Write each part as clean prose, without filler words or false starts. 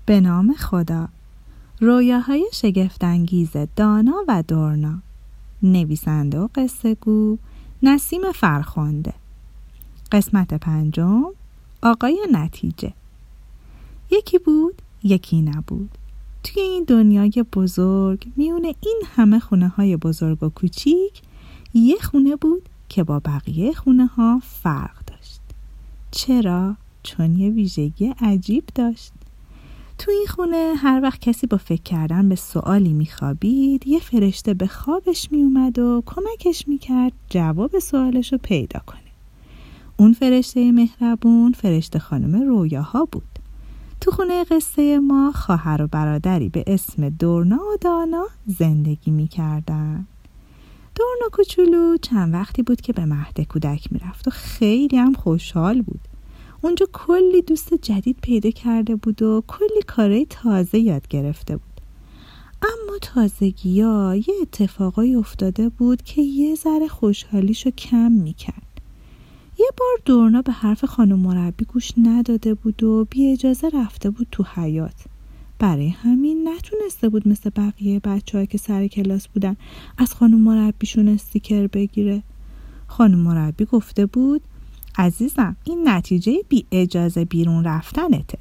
به نام خدا. رویاهای شگفت‌انگیز دانا و دورنا. نویسنده و قصه گو نسیم فرخنده. قسمت 5. آقای نتیجه. یکی بود، یکی نبود. توی این دنیای بزرگ میونه این همه خونه های بزرگ و کوچیک یه خونه بود که با بقیه خونه ها فرق داشت. چرا؟ چون یه ویژگی عجیب داشت. تو این خونه هر وقت کسی با فکر کردن به سوالی میخوابید، یه فرشته به خوابش میومد و کمکش میکرد جواب سوالشو پیدا کنه. اون فرشته مهربون فرشته خانم رویاها بود. تو خونه قصه ما خواهر و برادری به اسم دورنا و دانا زندگی میکردن. دورنا کوچولو چند وقتی بود که به مهد کودک میرفت و خیلی هم خوشحال بود. اونجا کلی دوست جدید پیدا کرده بود و کلی کارهای تازه یاد گرفته بود. اما تازگی‌ها یه اتفاقایی افتاده بود که یه ذره خوشحالیشو کم میکرد. یه بار دورنا به حرف خانم مربی گوش نداده بود و بی اجازه رفته بود تو حیاط. برای همین نتونسته بود مثل بقیه بچه‌ها که سر کلاس بودن از خانم مربیشون استیکر بگیره. خانم مربی گفته بود عزیزم این نتیجه بی اجازه بیرون رفتنته.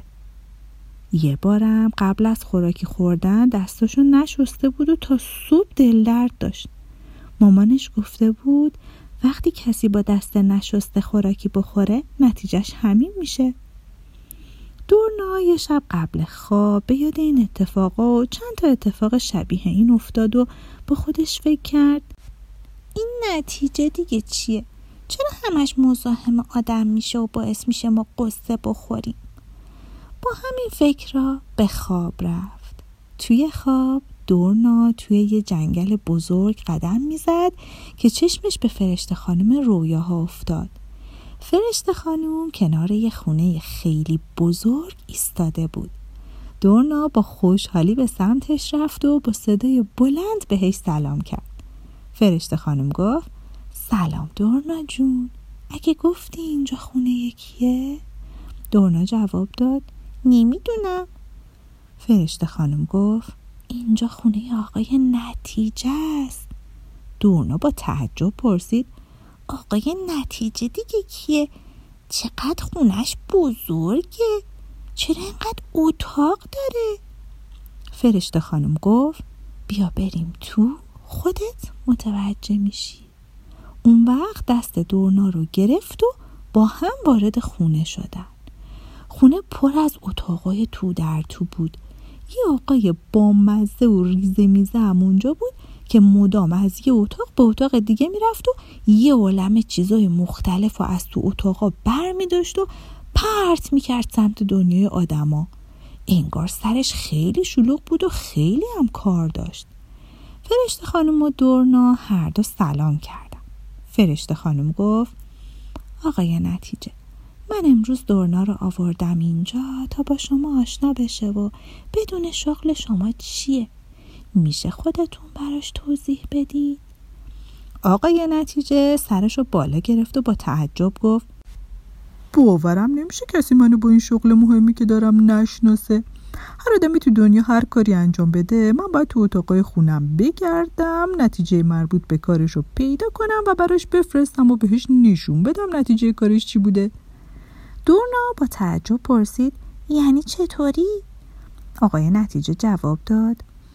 یه بارم قبل از خوراکی خوردن دستاشو نشسته بود و تا صبح دل درد داشت. مامانش گفته بود وقتی کسی با دست نشسته خوراکی بخوره نتیجهش همین میشه. دورنا یه شب قبل خواب به یاد این اتفاقا و چند تا اتفاق شبیه این افتاد و با خودش فکر کرد این نتیجه دیگه چیه؟ چرا همش مزاحم آدم میشه و باعث میشه ما قصه بخوریم؟ با همین فکرها به خواب رفت. توی خواب دورنا توی یه جنگل بزرگ قدم میزد که چشمش به فرشته خانم رویاها افتاد. فرشته خانم کنار یه خونه خیلی بزرگ ایستاده بود. دورنا با خوشحالی به سمتش رفت و با صدای بلند بهش سلام کرد. فرشته خانم گفت سلام دورنا جون، اگه گفتی اینجا خونه یکیه؟ دورنا جواب داد نمیدونم. فرشته خانم گفت اینجا خونه آقای نتیجه است. دورنا با تعجب پرسید آقای نتیجه دیگه کیه؟ چقدر خونش بزرگه؟ چرا اینقدر اتاق داره؟ فرشته خانم گفت بیا بریم تو، خودت متوجه میشی. اون وقت دست دورنا رو گرفت و با هم وارد خونه شدن. خونه پر از اتاقای تو در تو بود. یه آقای بامزه و ریزه میزه هم اونجا بود که مدام از یه اتاق به اتاق دیگه میرفت و یه عالمه چیزای مختلف و از تو اتاقا بر میداشت و پرت میکرد سمت دنیای آدما. انگار سرش خیلی شلوغ بود و خیلی هم کار داشت. فرشته خانم و دورنا هر دو سلام کردن. فرشته خانم گفت آقای نتیجه، من امروز دورنا رو آوردم اینجا تا با شما آشنا بشه و بدون شغل شما چیه. میشه خودتون براش توضیح بدید؟ آقای نتیجه سرشو بالا گرفت و با تعجب گفت باورم نمیشه کسی منو با این شغل مهمی که دارم نشناسه. هر آدمی تو دنیا هر کاری انجام بده من باید تو اتاقای خونم بگردم، نتیجه مربوط به کارش رو پیدا کنم و براش بفرستم و بهش نشون بدم نتیجه کارش چی بوده. دورنا با تعجب پرسید یعنی چطوری؟ آقای نتیجه جواب داد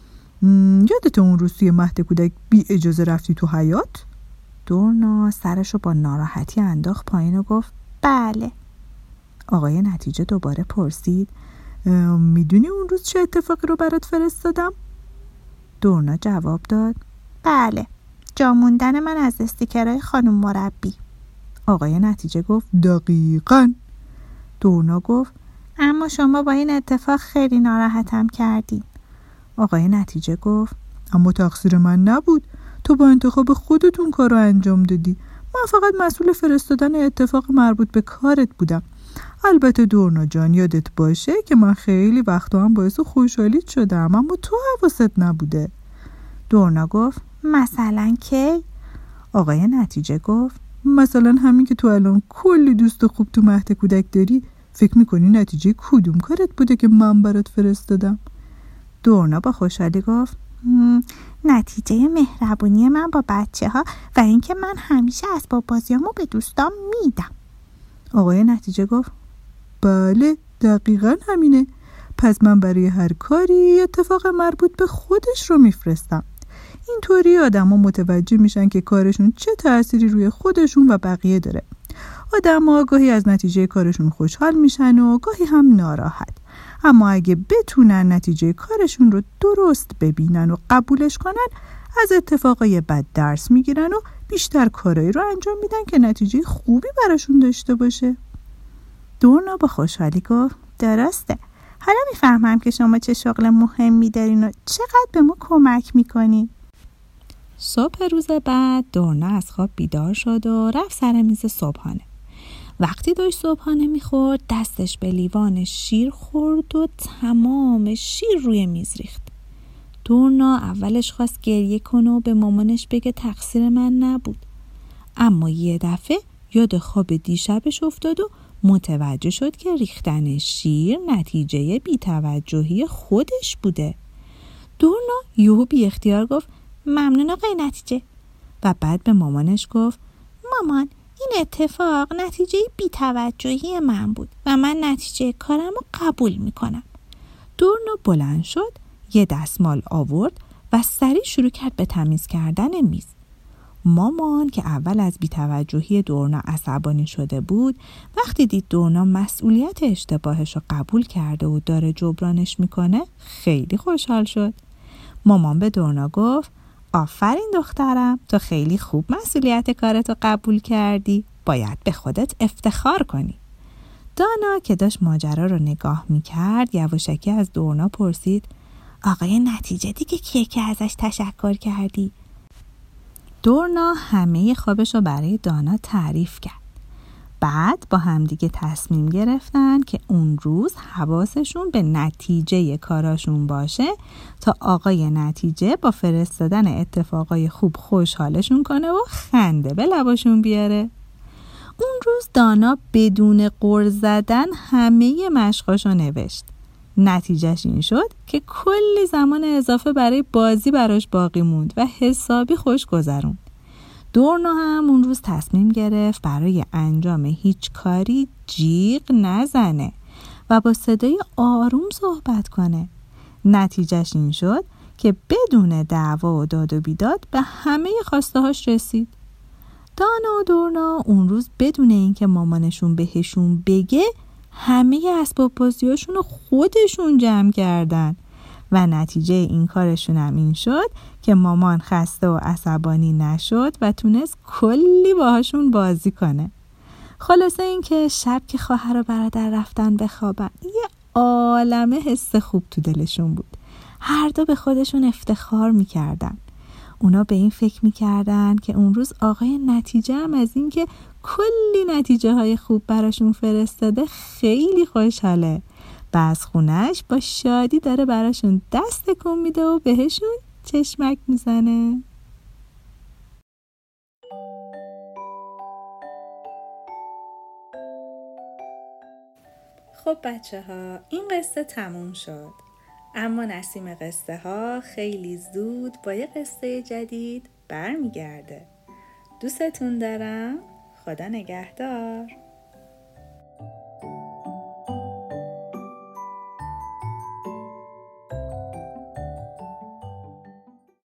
یادت اون روز توی مهد کودک بی اجازه رفتی تو حیاط؟ دورنا سرشو با ناراحتی انداخت پایین و گفت بله. آقای نتیجه دوباره پرسید میدونی اون روز چه اتفاقی رو برات فرستادم؟ دورنا جواب داد بله، جا موندن من از استیکرهای خانم مربی. آقای نتیجه گفت دقیقاً. دورنا گفت اما شما با این اتفاق خیلی ناراحتم کردین. آقای نتیجه گفت اما تقصیر من نبود، تو با انتخاب خودتون کار رو انجام دادی. من فقط مسئول فرستادن اتفاق مربوط به کارت بودم. البته دورنا جان یادت باشه که من خیلی وقتا هم باعث خوشحالیت شدم اما تو حواست نبوده. دورنا گفت مثلا کی؟ آقای نتیجه گفت مثلا همین که تو الان کلی دوست خوب تو مهد کودک داری. فکر میکنی نتیجه کدوم کارت بوده که من برات فرستادم؟ دورنا با خوشحالی گفت نتیجه مهربونی من با بچه ها و اینکه من همیشه اسباب بازیامو به دوستام میدم. آقای نتیجه گفت بله دقیقاً همینه. پس من برای هر کاری اتفاق مربوط به خودش رو میفرستم. اینطوری آدما متوجه میشن که کارشون چه تأثیری روی خودشون و بقیه داره. آدما گاهی از نتیجه کارشون خوشحال میشن و گاهی هم ناراحت. اما اگه بتونن نتیجه کارشون رو درست ببینن و قبولش کنن، از اتفاقای بد درس میگیرن و بیشتر کارایی رو انجام میدن که نتیجه خوبی براشون داشته باشه. دورنا با خوشحالی گفت درسته. حالا میفهمم که شما چه شغل مهمی دارین و چقدر به ما کمک میکنین. صبح روز بعد دورنا از خواب بیدار شد و رفت سر میز صبحانه. وقتی داشت صبحانه میخورد دستش به لیوان شیر خورد و تمام شیر روی میز ریخت. دورنا اولش خواست گریه کنه و به مامانش بگه تقصیر من نبود، اما یه دفعه یاد خواب دیشبش افتاد و متوجه شد که ریختن شیر نتیجه بی‌توجهی خودش بوده. دورنا یهو بی اختیار گفت ممنون آقای نتیجه و بعد به مامانش گفت مامان این اتفاق نتیجه بی‌توجهی من بود و من نتیجه کارم رو قبول میکنم. دورنا بلند شد، یه دستمال آورد و سریع شروع کرد به تمیز کردن میز. مامان که اول از بی‌توجهی دورنا عصبانی شده بود، وقتی دید دورنا مسئولیت اشتباهش رو قبول کرده و داره جبرانش میکنه خیلی خوشحال شد. مامان به دورنا گفت آفرین دخترم، تو خیلی خوب مسئولیت کارتو قبول کردی، باید به خودت افتخار کنی. دانا که داشت ماجرا رو نگاه میکرد یواشکی از دورنا پرسید آقای نتیجه دیگه کیه که ازش تشکر کردی؟ دورنا همه خوابش رو برای دانا تعریف کرد. بعد با همدیگه تصمیم گرفتن که اون روز حواسشون به نتیجه کاراشون باشه تا آقای نتیجه با فرستادن اتفاقای خوب خوشحالشون کنه و خنده به لباشون بیاره. اون روز دانا بدون غر زدن همه مشقاشو نوشت. نتیجهش این شد که کلی زمان اضافه برای بازی براش باقی موند و حسابی خوش گذروند. دورنا هم اون روز تصمیم گرفت برای انجام هیچ کاری جیغ نزنه و با صدای آروم صحبت کنه. نتیجهش این شد که بدون دعوا و داد و بیداد به همه خواسته هاش رسید. دانا و دورنا اون روز بدون اینکه مامانشون بهشون بگه همه اسباب بازیاشون رو خودشون جمع کردن و نتیجه این کارشون هم این شد که مامان خسته و عصبانی نشد و تونست کلی باهاشون بازی کنه. خلاصه این که شب که خواهر و برادر رفتن بخوابن یه عالمه حس خوب تو دلشون بود. هر دو به خودشون افتخار میکردن. اونا به این فکر میکردن که اون روز آقای نتیجه هم از این که کلی نتیجه های خوب براشون فرستاده خیلی خوشحاله. از خونش با شادی داره براشون دست تکون میده و بهشون چشمک میزنه. خب بچه ها این قصه تموم شد، اما نسیم قصه ها خیلی زود با یه قصه جدید برمیگرده. دوستتون دارم. خدا نگهدار.